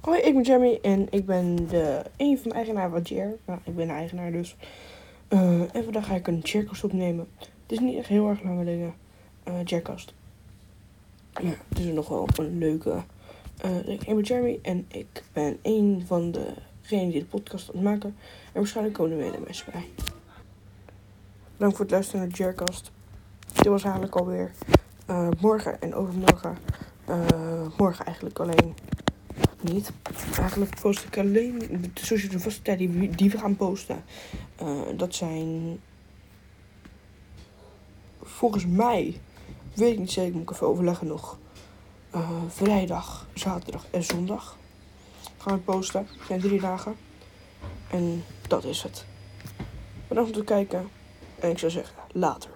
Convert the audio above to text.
Hoi, ik ben Jamie en ik ben een van de eigenaren van Jer. Nou, ik ben de eigenaar dus. En vandaag ga ik een Jercast opnemen. Het is niet echt heel erg lange dingen. Jercast. Ja, het is nog wel een leuke. Ik ben Jeremy en ik ben een van degenen die de podcast aan het maken. En waarschijnlijk komen er meer mensen bij. Bedankt voor het luisteren naar Jercast. Dit was eigenlijk alweer morgen en overmorgen. Morgen eigenlijk alleen niet. Eigenlijk post ik alleen de sociale vaste tijd die we gaan posten. Dat zijn volgens mij, weet ik niet zeker, moet ik even overleggen nog. Vrijdag, zaterdag en zondag gaan we posten. Het zijn 3 dagen. En dat is het. Bedankt voor het kijken. En ik zou zeggen, later.